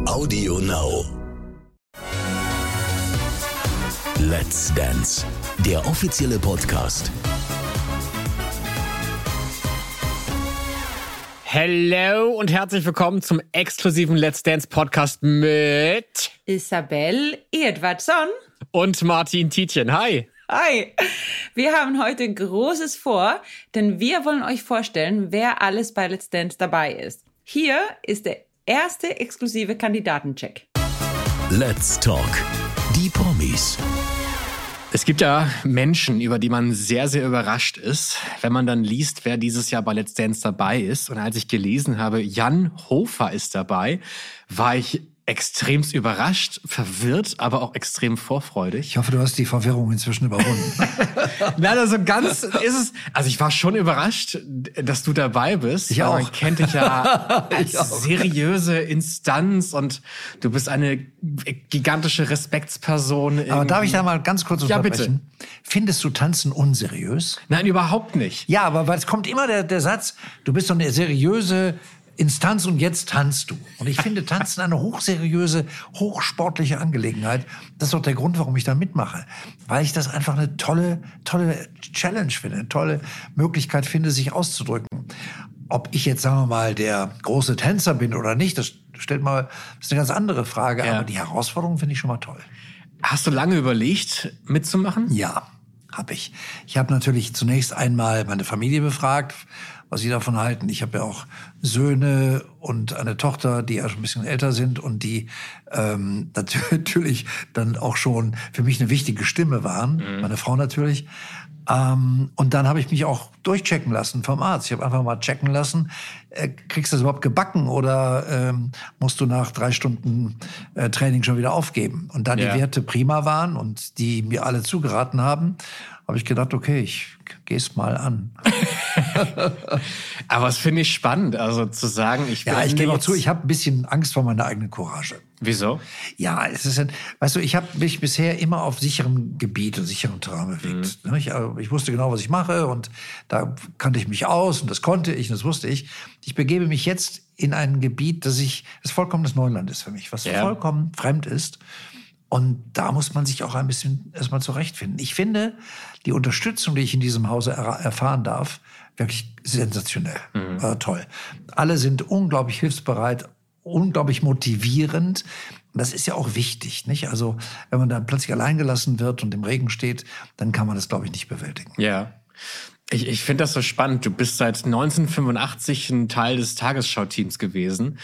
Audio Now. Let's Dance, der offizielle Podcast. Hello und herzlich willkommen zum exklusiven Let's Dance Podcast mit Isabel Edvardsson und Martin Tietjen. Hi! Hi! Wir haben heute Großes vor, denn wir wollen euch vorstellen, wer alles bei Let's Dance dabei ist. Hier ist der erste exklusive Kandidatencheck. Let's Talk, die Promis. Es gibt ja Menschen, über die man sehr, sehr überrascht ist, wenn man dann liest, wer dieses Jahr bei Let's Dance dabei ist. Und als ich gelesen habe, Jan Hofer ist dabei, war ich extremst überrascht, verwirrt, aber auch extrem vorfreudig. Ich hoffe, du hast die Verwirrung inzwischen überwunden. Nein, also ganz ist es. Also ich war schon überrascht, dass du dabei bist. Ich auch. Man kennt dich ja als seriöse Instanz und du bist eine gigantische Respektsperson. Aber darf ich da mal ganz kurz unterbrechen? Ja, bitte. Findest du Tanzen unseriös? Nein, überhaupt nicht. Ja, aber es kommt immer der Satz, du bist doch eine seriöse Instanz und jetzt tanzt du. Und ich finde Tanzen eine hochseriöse, hochsportliche Angelegenheit. Das ist doch der Grund, warum ich da mitmache. Weil ich das einfach eine tolle Challenge finde, eine tolle Möglichkeit finde, sich auszudrücken. Ob ich jetzt, sagen wir mal, der große Tänzer bin oder nicht, das ist eine ganz andere Frage. Ja. Aber die Herausforderung finde ich schon mal toll. Hast du lange überlegt, mitzumachen? Ja, habe ich. Ich habe natürlich zunächst einmal meine Familie befragt, was sie davon halten. Ich habe ja auch Söhne und eine Tochter, die ja schon ein bisschen älter sind und die natürlich dann auch schon für mich eine wichtige Stimme waren. Meine Frau natürlich. Und dann habe ich mich auch durchchecken lassen vom Arzt. Ich habe einfach mal checken lassen, kriegst du das überhaupt gebacken oder musst du nach 3 Stunden Training schon wieder aufgeben? Und da die Werte prima waren und die mir alle zugeraten haben, habe ich gedacht, okay, ich gehe es mal an. Aber das finde ich spannend, also zu sagen, ich gebe auch zu, ich habe ein bisschen Angst vor meiner eigenen Courage. Wieso? Ja, es ist weißt du, ich habe mich bisher immer auf sicherem Gebiet und sicherem Terrain bewegt. Ich wusste genau, was ich mache und da kannte ich mich aus und das konnte ich und das wusste ich. Ich begebe mich jetzt in ein Gebiet, das vollkommenes Neuland ist für mich, was vollkommen fremd ist. Und da muss man sich auch ein bisschen erstmal zurechtfinden. Ich finde die Unterstützung, die ich in diesem Hause erfahren darf, wirklich sensationell, toll. Alle sind unglaublich hilfsbereit, unglaublich motivierend. Und das ist ja auch wichtig, nicht? Also wenn man da plötzlich allein gelassen wird und im Regen steht, dann kann man das, glaube ich, nicht bewältigen. Ja. Ich finde das so spannend. Du bist seit 1985 ein Teil des Tagesschau-Teams gewesen.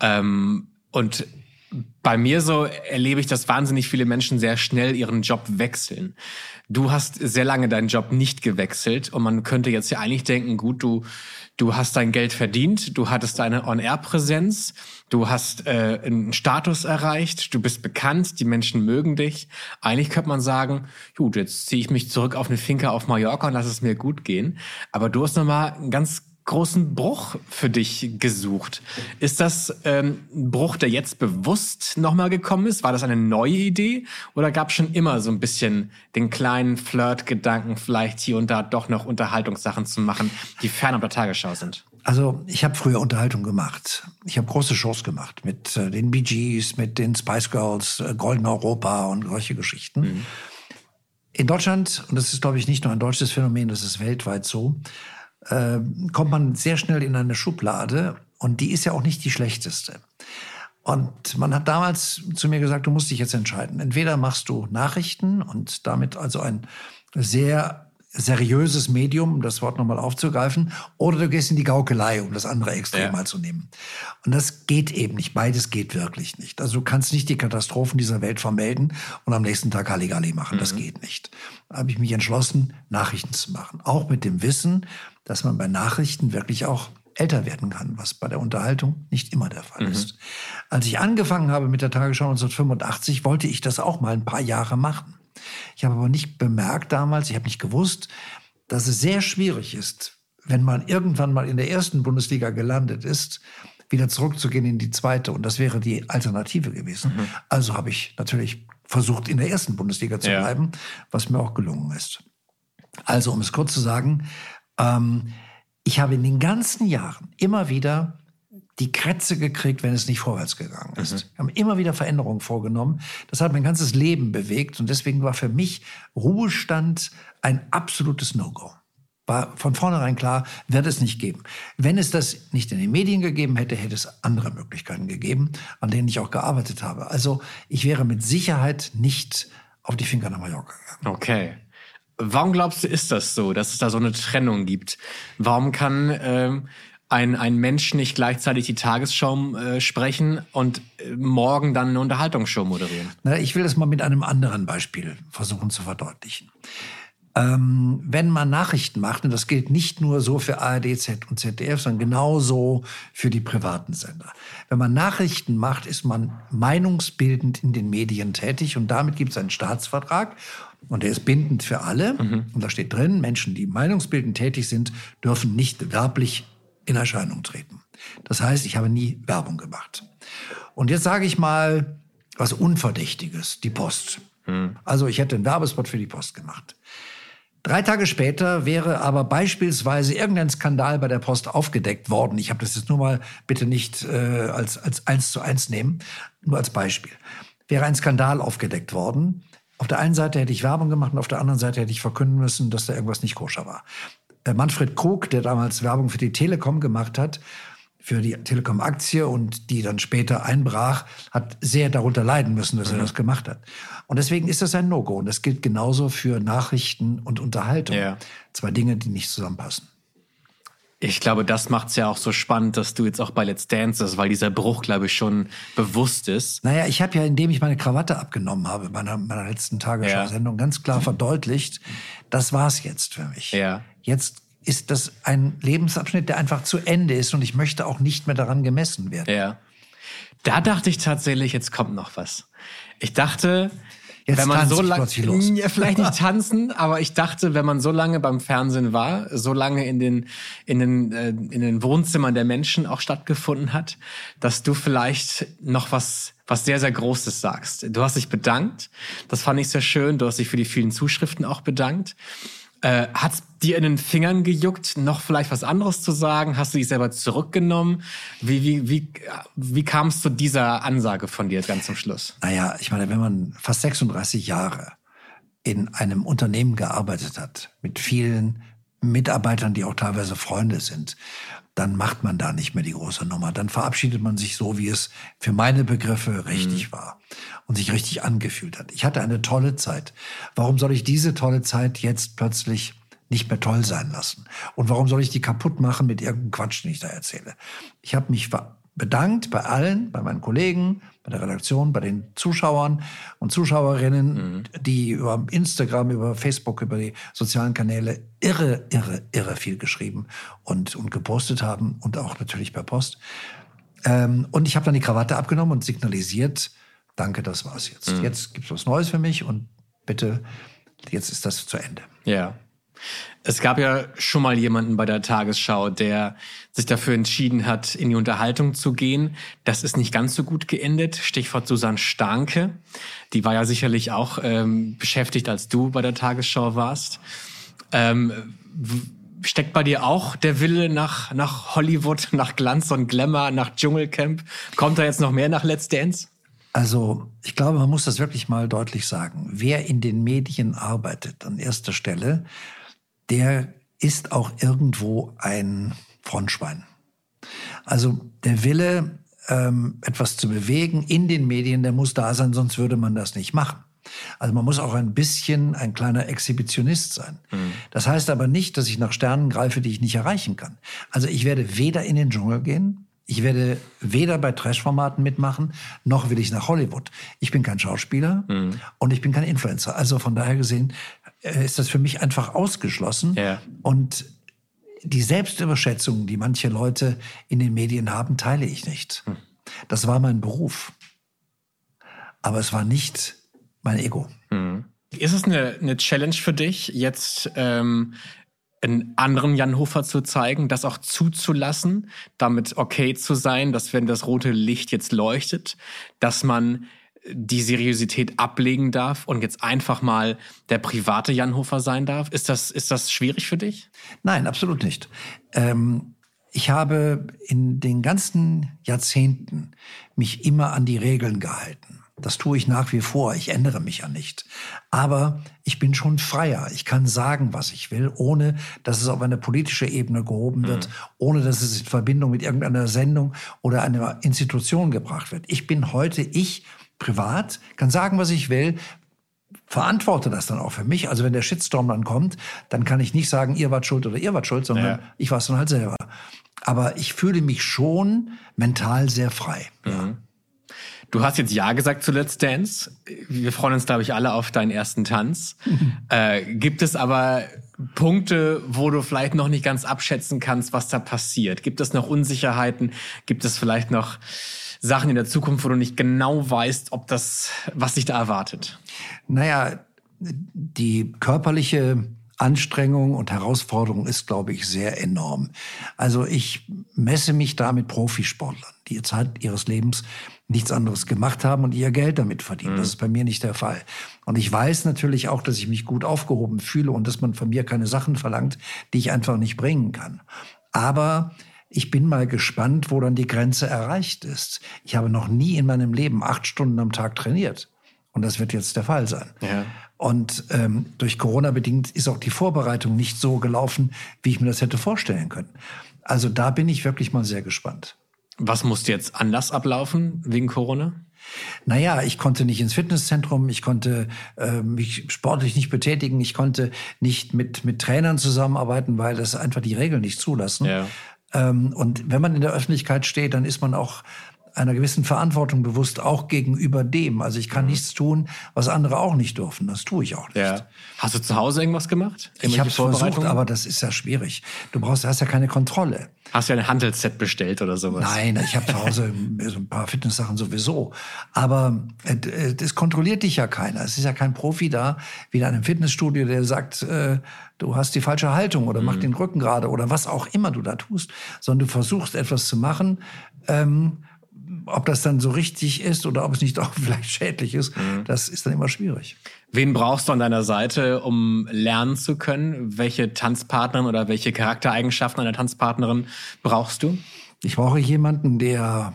Und bei mir so erlebe ich, dass wahnsinnig viele Menschen sehr schnell ihren Job wechseln. Du hast sehr lange deinen Job nicht gewechselt und man könnte jetzt ja eigentlich denken, gut, du hast dein Geld verdient, du hattest deine On-Air-Präsenz, du hast einen Status erreicht, du bist bekannt, die Menschen mögen dich. Eigentlich könnte man sagen, gut, jetzt ziehe ich mich zurück auf eine Finca auf Mallorca und lass es mir gut gehen. Aber du hast nochmal einen ganz großen Bruch für dich gesucht. Ist das ein Bruch, der jetzt bewusst nochmal gekommen ist? War das eine neue Idee? Oder gab es schon immer so ein bisschen den kleinen Flirt-Gedanken, vielleicht hier und da doch noch Unterhaltungssachen zu machen, die fern der Tagesschau sind? Also ich habe früher Unterhaltung gemacht. Ich habe große Shows gemacht mit den Bee Gees, mit den Spice Girls, Golden Europa und solche Geschichten. In Deutschland, und das ist, glaube ich, nicht nur ein deutsches Phänomen, das ist weltweit so, kommt man sehr schnell in eine Schublade und die ist ja auch nicht die schlechteste. Und man hat damals zu mir gesagt, du musst dich jetzt entscheiden. Entweder machst du Nachrichten und damit also ein sehr seriöses Medium, um das Wort nochmal aufzugreifen, oder du gehst in die Gaukelei, um das andere Extrem mal zu nehmen. Und das geht eben nicht. Beides geht wirklich nicht. Also du kannst nicht die Katastrophen dieser Welt vermelden und am nächsten Tag Halligalli machen. Das geht nicht. Da habe ich mich entschlossen, Nachrichten zu machen. Auch mit dem Wissen, dass man bei Nachrichten wirklich auch älter werden kann, was bei der Unterhaltung nicht immer der Fall ist. Als ich angefangen habe mit der Tagesschau 1985, wollte ich das auch mal ein paar Jahre machen. Ich habe aber nicht bemerkt damals, ich habe nicht gewusst, dass es sehr schwierig ist, wenn man irgendwann mal in der ersten Bundesliga gelandet ist, wieder zurückzugehen in die zweite. Und das wäre die Alternative gewesen. Also habe ich natürlich versucht, in der ersten Bundesliga zu bleiben, was mir auch gelungen ist. Also, um es kurz zu sagen, ich habe in den ganzen Jahren immer wieder die Krätze gekriegt, wenn es nicht vorwärts gegangen ist. Wir haben immer wieder Veränderungen vorgenommen. Das hat mein ganzes Leben bewegt. Und deswegen war für mich Ruhestand ein absolutes No-Go. War von vornherein klar, wird es nicht geben. Wenn es das nicht in den Medien gegeben hätte, hätte es andere Möglichkeiten gegeben, an denen ich auch gearbeitet habe. Also ich wäre mit Sicherheit nicht auf die Finger nach Mallorca gegangen. Okay. Warum glaubst du, ist das so, dass es da so eine Trennung gibt? Warum kann ein Mensch nicht gleichzeitig die Tagesschau sprechen und morgen dann eine Unterhaltungsshow moderieren? Na, ich will das mal mit einem anderen Beispiel versuchen zu verdeutlichen. Wenn man Nachrichten macht, und das gilt nicht nur so für ARD, Z und ZDF, sondern genauso für die privaten Sender. Wenn man Nachrichten macht, ist man meinungsbildend in den Medien tätig und damit gibt es einen Staatsvertrag und der ist bindend für alle. Und da steht drin, Menschen, die meinungsbildend tätig sind, dürfen nicht werblich in Erscheinung treten. Das heißt, ich habe nie Werbung gemacht. Und jetzt sage ich mal was Unverdächtiges, die Post. Also ich hätte einen Werbespot für die Post gemacht. 3 Tage später wäre aber beispielsweise irgendein Skandal bei der Post aufgedeckt worden. Ich habe das jetzt nur mal bitte nicht als 1:1 nehmen, nur als Beispiel. Wäre ein Skandal aufgedeckt worden. Auf der einen Seite hätte ich Werbung gemacht und auf der anderen Seite hätte ich verkünden müssen, dass da irgendwas nicht koscher war. Manfred Krug, der damals Werbung für die Telekom gemacht hat, für die Telekom-Aktie und die dann später einbrach, hat sehr darunter leiden müssen, dass er das gemacht hat. Und deswegen ist das ein No-Go. Und das gilt genauso für Nachrichten und Unterhaltung. Ja. 2 Dinge, die nicht zusammenpassen. Ich glaube, das macht es ja auch so spannend, dass du jetzt auch bei Let's Dance bist, weil dieser Bruch, glaube ich, schon bewusst ist. Naja, ich habe ja, indem ich meine Krawatte abgenommen habe, bei meiner letzten Tagesschau-Sendung, ganz klar verdeutlicht, das war's jetzt für mich. Ja. Jetzt ist das ein Lebensabschnitt, der einfach zu Ende ist und ich möchte auch nicht mehr daran gemessen werden. Ja. Da dachte ich tatsächlich, jetzt kommt noch was. Ich dachte, jetzt wenn man so lange, ja, vielleicht nicht tanzen, aber ich dachte, wenn man so lange beim Fernsehen war, so lange in den Wohnzimmern der Menschen auch stattgefunden hat, dass du vielleicht noch was sehr, sehr Großes sagst. Du hast dich bedankt. Das fand ich sehr schön. Du hast dich für die vielen Zuschriften auch bedankt. Hat's dir in den Fingern gejuckt, noch vielleicht was anderes zu sagen? Hast du dich selber zurückgenommen? Wie kam es zu dieser Ansage von dir ganz zum Schluss? Naja, ich meine, wenn man fast 36 Jahre in einem Unternehmen gearbeitet hat, mit vielen Mitarbeitern, die auch teilweise Freunde sind, dann macht man da nicht mehr die große Nummer. Dann verabschiedet man sich so, wie es für meine Begriffe richtig war und sich richtig angefühlt hat. Ich hatte eine tolle Zeit. Warum soll ich diese tolle Zeit jetzt plötzlich nicht mehr toll sein lassen? Und warum soll ich die kaputt machen mit irgendeinem Quatsch, den ich da erzähle? Ich habe mich bedankt bei allen, bei meinen Kollegen, bei der Redaktion, bei den Zuschauern und Zuschauerinnen, die über Instagram, über Facebook, über die sozialen Kanäle irre viel geschrieben und gepostet haben und auch natürlich per Post. Und ich habe dann die Krawatte abgenommen und signalisiert, danke, das war's jetzt. Jetzt gibt's was Neues für mich und bitte, jetzt ist das zu Ende. Ja. Es gab ja schon mal jemanden bei der Tagesschau, der sich dafür entschieden hat, in die Unterhaltung zu gehen. Das ist nicht ganz so gut geendet. Stichwort Susanne Starnke. Die war ja sicherlich auch beschäftigt, als du bei der Tagesschau warst. Steckt bei dir auch der Wille nach Hollywood, nach Glanz und Glamour, nach Dschungelcamp? Kommt da jetzt noch mehr nach Let's Dance? Also ich glaube, man muss das wirklich mal deutlich sagen. Wer in den Medien arbeitet, an erster Stelle, der ist auch irgendwo ein Frontschwein. Also der Wille, etwas zu bewegen in den Medien, der muss da sein, sonst würde man das nicht machen. Also man muss auch ein bisschen ein kleiner Exhibitionist sein. Das heißt aber nicht, dass ich nach Sternen greife, die ich nicht erreichen kann. Also ich werde weder in den Dschungel gehen, ich werde weder bei Trash-Formaten mitmachen, noch will ich nach Hollywood. Ich bin kein Schauspieler und ich bin kein Influencer. Also von daher gesehen ist das für mich einfach ausgeschlossen. Ja. Und die Selbstüberschätzung, die manche Leute in den Medien haben, teile ich nicht. Das war mein Beruf. Aber es war nicht mein Ego. Ist es eine Challenge für dich, jetzt einen anderen Jan Hofer zu zeigen, das auch zuzulassen, damit okay zu sein, dass wenn das rote Licht jetzt leuchtet, dass man die Seriosität ablegen darf und jetzt einfach mal der private Jan Hofer sein darf? Ist das schwierig für dich? Nein, absolut nicht. Ich habe in den ganzen Jahrzehnten mich immer an die Regeln gehalten. Das tue ich nach wie vor. Ich ändere mich ja nicht. Aber ich bin schon freier. Ich kann sagen, was ich will, ohne dass es auf eine politische Ebene gehoben wird, ohne dass es in Verbindung mit irgendeiner Sendung oder einer Institution gebracht wird. Ich bin heute ich privat, kann sagen, was ich will, verantworte das dann auch für mich. Also wenn der Shitstorm dann kommt, dann kann ich nicht sagen, ihr wart schuld oder ihr wart schuld, sondern ich war es dann halt selber. Aber ich fühle mich schon mental sehr frei. Ja. Du hast jetzt Ja gesagt zu Let's Dance. Wir freuen uns, glaube ich, alle auf deinen ersten Tanz. Gibt es aber Punkte, wo du vielleicht noch nicht ganz abschätzen kannst, was da passiert? Gibt es noch Unsicherheiten? Gibt es vielleicht noch Sachen in der Zukunft, wo du nicht genau weißt, was dich da erwartet? Naja, die körperliche Anstrengung und Herausforderung ist, glaube ich, sehr enorm. Also ich messe mich da mit Profisportlern, die Zeit ihres Lebens nichts anderes gemacht haben und ihr Geld damit verdienen. Das ist bei mir nicht der Fall. Und ich weiß natürlich auch, dass ich mich gut aufgehoben fühle und dass man von mir keine Sachen verlangt, die ich einfach nicht bringen kann. Aber ich bin mal gespannt, wo dann die Grenze erreicht ist. Ich habe noch nie in meinem Leben 8 Stunden am Tag trainiert. Und das wird jetzt der Fall sein. Ja. Und durch Corona bedingt ist auch die Vorbereitung nicht so gelaufen, wie ich mir das hätte vorstellen können. Also da bin ich wirklich mal sehr gespannt. Was musste jetzt anders ablaufen wegen Corona? Naja, ich konnte nicht ins Fitnesszentrum, ich konnte mich sportlich nicht betätigen, ich konnte nicht mit Trainern zusammenarbeiten, weil das einfach die Regeln nicht zulassen. Ja. Und wenn man in der Öffentlichkeit steht, dann ist man auch einer gewissen Verantwortung bewusst, auch gegenüber dem. Also ich kann nichts tun, was andere auch nicht dürfen. Das tue ich auch nicht. Ja. Hast du zu Hause irgendwas gemacht? Ich habe es versucht, aber das ist ja schwierig. Du hast ja keine Kontrolle. Hast du ein Hantelset bestellt oder sowas? Nein, ich habe zu Hause so ein paar Fitnesssachen sowieso. Aber das kontrolliert dich ja keiner. Es ist ja kein Profi da, wie in einem Fitnessstudio, der sagt, du hast die falsche Haltung oder mach den Rücken gerade oder was auch immer du da tust. Sondern du versuchst etwas zu machen, ob das dann so richtig ist oder ob es nicht auch vielleicht schädlich ist, das ist dann immer schwierig. Wen brauchst du an deiner Seite, um lernen zu können? Welche Tanzpartnerin oder welche Charaktereigenschaften einer Tanzpartnerin brauchst du? Ich brauche jemanden, der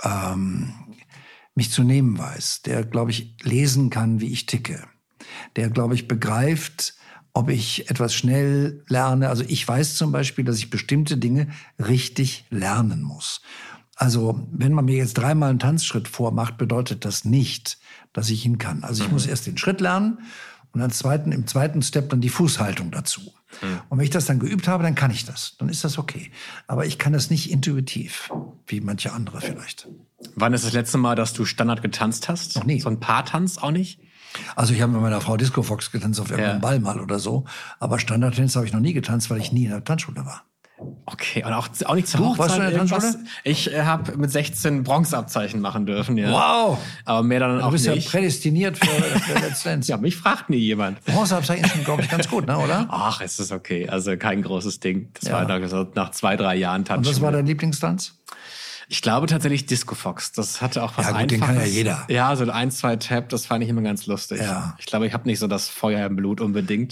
mich zu nehmen weiß, der, glaube ich, lesen kann, wie ich ticke, der, glaube ich, begreift, ob ich etwas schnell lerne. Also ich weiß zum Beispiel, dass ich bestimmte Dinge richtig lernen muss. Also wenn man mir jetzt 3-mal einen Tanzschritt vormacht, bedeutet das nicht, dass ich ihn kann. Also ich muss erst den Schritt lernen und im zweiten Step dann die Fußhaltung dazu. Und wenn ich das dann geübt habe, dann kann ich das. Dann ist das okay. Aber ich kann das nicht intuitiv, wie manche andere vielleicht. Wann ist das letzte Mal, dass du Standard getanzt hast? Noch nie. So ein Paartanz auch nicht? Also ich habe mit meiner Frau Disco Fox getanzt auf irgendeinem Ball mal oder so. Aber Standardtanz habe ich noch nie getanzt, weil ich nie in der Tanzschule war. Okay, und auch nicht zur Hochzeit. Warst du in der Tanzschule? Ich habe mit 16 Bronzeabzeichen machen dürfen. Ja. Wow! Aber mehr dann auch nicht. Du bist ja prädestiniert für Let's Dance. Ja, mich fragt nie jemand. Bronzeabzeichen sind, glaube ich, ganz gut, ne, oder? Ach, es ist okay. Also kein großes Ding. Das war nach 2-3 Jahren Tanzschule. Und was war dein Lieblingstanz? Ich glaube tatsächlich Disco Fox. Das hatte auch was Einfaches. Ja gut, den kann ja jeder. Ja, so 1-2 Tap, das fand ich immer ganz lustig. Ja. Ich glaube, ich habe nicht so das Feuer im Blut unbedingt.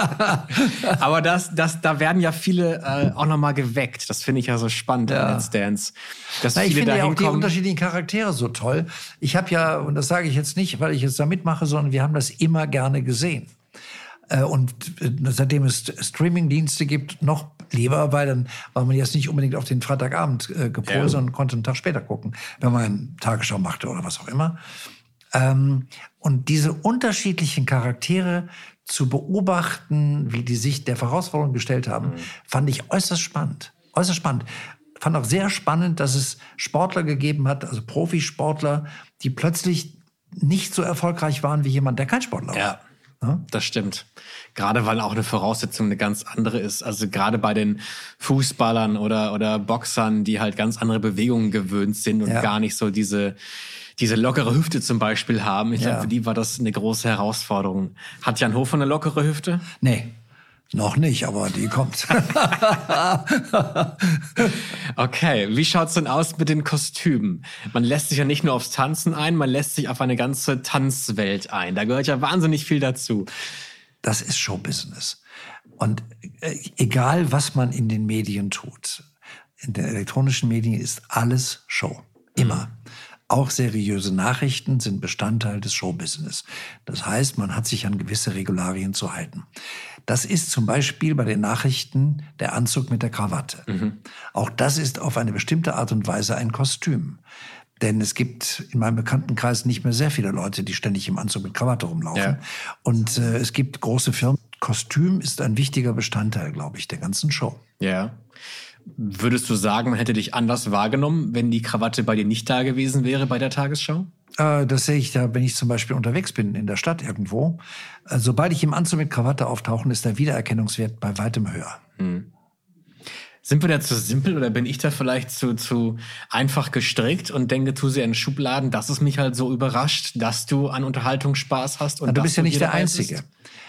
Aber da werden ja viele auch nochmal geweckt. Das finde ich ja so spannend an Let's Dance. Ich finde ja auch die unterschiedlichen Charaktere so toll. Ich habe ja, und das sage ich jetzt nicht, weil ich jetzt da mitmache, sondern wir haben das immer gerne gesehen. Und seitdem es Streaming-Dienste gibt, noch lieber, weil dann war man jetzt nicht unbedingt auf den Freitagabend gepolt, sondern konnte einen Tag später gucken, wenn man eine Tagesschau machte oder was auch immer. Und diese unterschiedlichen Charaktere zu beobachten, wie die sich der Herausforderung gestellt haben, fand ich äußerst spannend. Äußerst spannend. Fand auch sehr spannend, dass es Sportler gegeben hat, also Profisportler, die plötzlich nicht so erfolgreich waren wie jemand, der kein Sportler war. Ja. Das stimmt. Gerade weil auch eine Voraussetzung eine ganz andere ist. Also gerade bei den Fußballern oder Boxern, die halt ganz andere Bewegungen gewöhnt sind und gar nicht so diese lockere Hüfte zum Beispiel haben. Ich glaube, für die war das eine große Herausforderung. Hat Jan Hofer eine lockere Hüfte? Nee. Noch nicht, aber die kommt. Okay, wie schaut's denn aus mit den Kostümen? Man lässt sich ja nicht nur aufs Tanzen ein, man lässt sich auf eine ganze Tanzwelt ein. Da gehört ja wahnsinnig viel dazu. Das ist Showbusiness. Und egal, was man in den Medien tut, in den elektronischen Medien ist alles Show. Immer. Auch seriöse Nachrichten sind Bestandteil des Showbusiness. Das heißt, man hat sich an gewisse Regularien zu halten. Das ist zum Beispiel bei den Nachrichten der Anzug mit der Krawatte. Auch das ist auf eine bestimmte Art und Weise ein Kostüm. Denn es gibt in meinem Bekanntenkreis nicht mehr sehr viele Leute, die ständig im Anzug mit Krawatte rumlaufen. Ja. Und es gibt große Firmen. Kostüm ist ein wichtiger Bestandteil, glaube ich, der ganzen Show. Ja. Würdest du sagen, man hätte dich anders wahrgenommen, wenn die Krawatte bei dir nicht da gewesen wäre bei der Tagesschau? Das sehe ich da, wenn ich zum Beispiel unterwegs bin in der Stadt irgendwo. Sobald ich im Anzug mit Krawatte auftauche, ist der Wiedererkennungswert bei weitem höher. Sind wir da zu simpel oder bin ich da vielleicht zu einfach gestrickt und denke zu sehr in Schubladen, dass es mich halt so überrascht, dass du an Unterhaltung Spaß hast? Und du bist ja nicht der Einzige.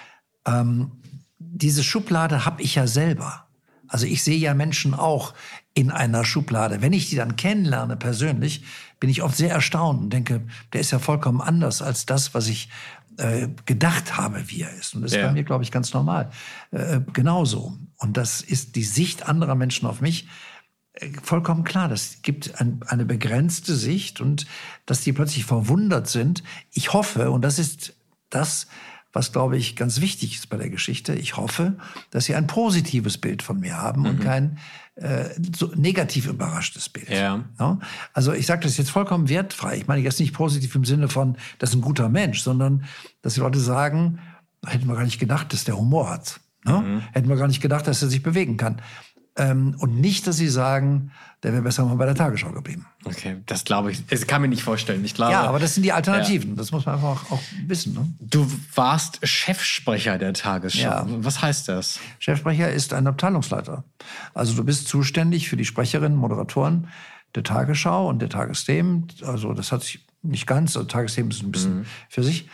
Diese Schublade habe ich ja selber. Also ich sehe ja Menschen auch in einer Schublade. Wenn ich die dann kennenlerne persönlich, bin ich oft sehr erstaunt und denke, der ist ja vollkommen anders als das, was ich gedacht habe, wie er ist. Und das ist bei mir, glaube ich, ganz normal. Genauso. Und das ist die Sicht anderer Menschen auf mich vollkommen klar. Das gibt eine begrenzte Sicht und dass die plötzlich verwundert sind. Ich hoffe, und das ist das, was, glaube ich, ganz wichtig ist bei der Geschichte. Ich hoffe, dass Sie ein positives Bild von mir haben und kein so negativ überraschtes Bild. Ja. Ja? Also ich sage das jetzt vollkommen wertfrei. Ich meine jetzt nicht positiv im Sinne von, das ist ein guter Mensch, sondern dass die Leute sagen, hätten wir gar nicht gedacht, dass der Humor hat. Ne? Hätten wir gar nicht gedacht, dass er sich bewegen kann. Und nicht, dass sie sagen, der wäre besser mal bei der Tagesschau geblieben. Okay, das glaube ich. Das kann mir nicht vorstellen. Ich glaube, ja, aber das sind die Alternativen. Ja. Das muss man einfach auch wissen. Ne? Du warst Chefsprecher der Tagesschau. Ja. Was heißt das? Chefsprecher ist ein Abteilungsleiter. Also du bist zuständig für die Sprecherinnen, Moderatoren der Tagesschau und der Tagesthemen. Also das hat sich nicht ganz, also Tagesthemen ist ein bisschen für sich.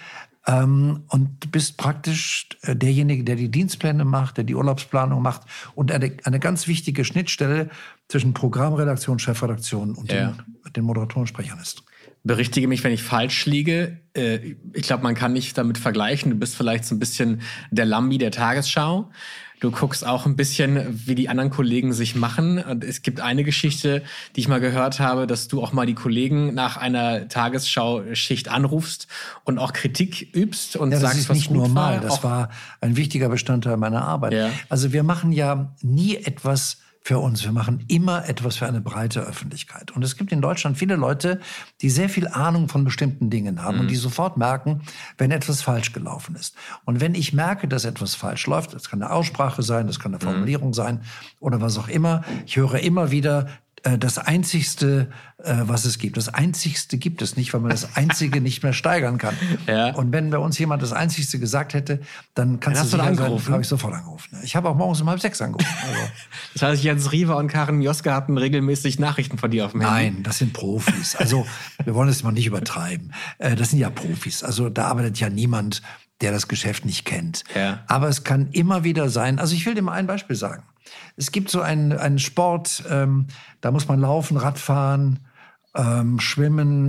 Und du bist praktisch derjenige, der die Dienstpläne macht, der die Urlaubsplanung macht und eine ganz wichtige Schnittstelle zwischen Programmredaktion, Chefredaktion und den Moderatoren-Sprechern ist. Berichtige mich, wenn ich falsch liege. Ich glaube, man kann nicht damit vergleichen. Du bist vielleicht so ein bisschen der Lambi der Tagesschau. Du guckst auch ein bisschen, wie die anderen Kollegen sich machen. Und es gibt eine Geschichte, die ich mal gehört habe, dass du auch mal die Kollegen nach einer Tagesschau-Schicht anrufst und auch Kritik übst und sagst, was gut war. Das ist nicht nur mal, das war ein wichtiger Bestandteil meiner Arbeit. Ja. Also wir machen ja nie etwas für uns. Wir machen immer etwas für eine breite Öffentlichkeit. Und es gibt in Deutschland viele Leute, die sehr viel Ahnung von bestimmten Dingen haben und die sofort merken, wenn etwas falsch gelaufen ist. Und wenn ich merke, dass etwas falsch läuft, das kann eine Aussprache sein, das kann eine Formulierung sein oder was auch immer, ich höre immer wieder, das Einzigste, was es gibt. Das Einzigste gibt es nicht, weil man das Einzige nicht mehr steigern kann. Ja. Und wenn bei uns jemand das Einzigste gesagt hätte, dann kannst du sicher sein, habe ich sofort angerufen. Ich habe auch morgens um 5:30 angerufen. Also. Das heißt, Jens Riewer und Karin Mioska hatten regelmäßig Nachrichten von dir auf dem Handy? Nein, das sind Profis. Also wir wollen es mal nicht übertreiben. Das sind ja Profis. Also da arbeitet ja niemand, der das Geschäft nicht kennt. Ja. Aber es kann immer wieder sein, also ich will dir mal ein Beispiel sagen. Es gibt so einen Sport, da muss man laufen, Radfahren, schwimmen.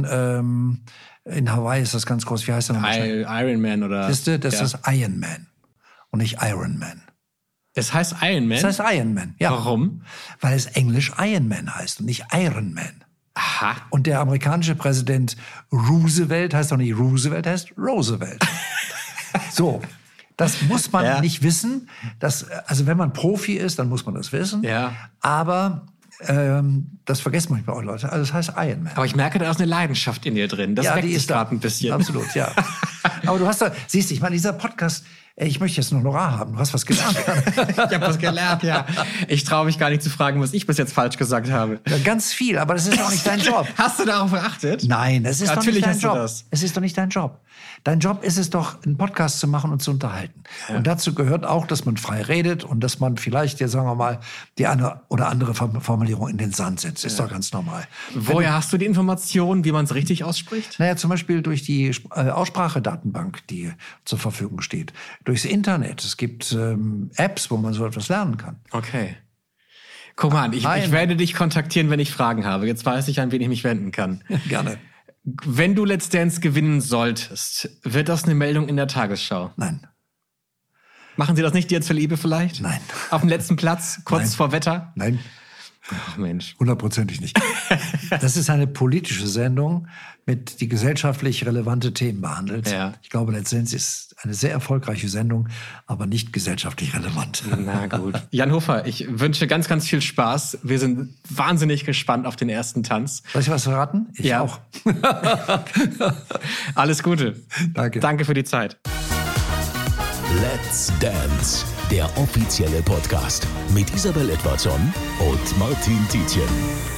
In Hawaii ist das ganz groß. Wie heißt der nochmal? Ironman oder? Das ist Ironman und nicht Ironman. Das heißt Ironman? Das heißt Ironman, ja. Warum? Weil es Englisch Ironman heißt und nicht Ironman. Aha. Und der amerikanische Präsident Roosevelt heißt doch nicht Roosevelt, heißt Roosevelt. So. Das muss man nicht wissen. Also wenn man Profi ist, dann muss man das wissen. Ja. Aber das vergessen manchmal auch Leute. Also das heißt Ironman. Aber ich merke, da ist eine Leidenschaft in dir drin. Das weckt dich gerade ein bisschen. Absolut, ja. Aber du hast da, siehst du, ich meine, dieser Podcast, ich möchte jetzt ein Honorar haben. Du hast was gelernt. Ich habe was gelernt, ja. Ich traue mich gar nicht zu fragen, was ich bis jetzt falsch gesagt habe. Ja, ganz viel, aber das ist doch nicht dein Job. Hast du darauf geachtet? Nein, das ist Natürlich doch nicht dein Job. Das. Es ist doch nicht dein Job. Dein Job ist es doch, einen Podcast zu machen und zu unterhalten. Ja. Und dazu gehört auch, dass man frei redet und dass man vielleicht, ja, sagen wir mal, die eine oder andere Formulierung in den Sand setzt. Ist doch ganz normal. Woher hast du die Informationen, wie man es richtig ausspricht? Naja, zum Beispiel durch die Aussprachedatenbank, die zur Verfügung steht. Durchs Internet. Es gibt Apps, wo man so etwas lernen kann. Okay. Guck mal, ich werde dich kontaktieren, wenn ich Fragen habe. Jetzt weiß ich, an wen ich mich wenden kann. Gerne. Wenn du Let's Dance gewinnen solltest, wird das eine Meldung in der Tagesschau? Nein. Machen Sie das nicht dir zur Liebe vielleicht? Nein. Auf dem letzten Platz, kurz vor Wetter? Nein. Ach Mensch. 100%ig nicht. Das ist eine politische Sendung, die gesellschaftlich relevante Themen behandelt. Ja. Ich glaube, Let's Dance ist eine sehr erfolgreiche Sendung, aber nicht gesellschaftlich relevant. Na gut. Jan Hofer, ich wünsche ganz, ganz viel Spaß. Wir sind wahnsinnig gespannt auf den ersten Tanz. Soll ich was verraten? Ich auch. Alles Gute. Danke. Danke für die Zeit. Let's Dance, der offizielle Podcast mit Isabel Edwardson und Martin Tietjen.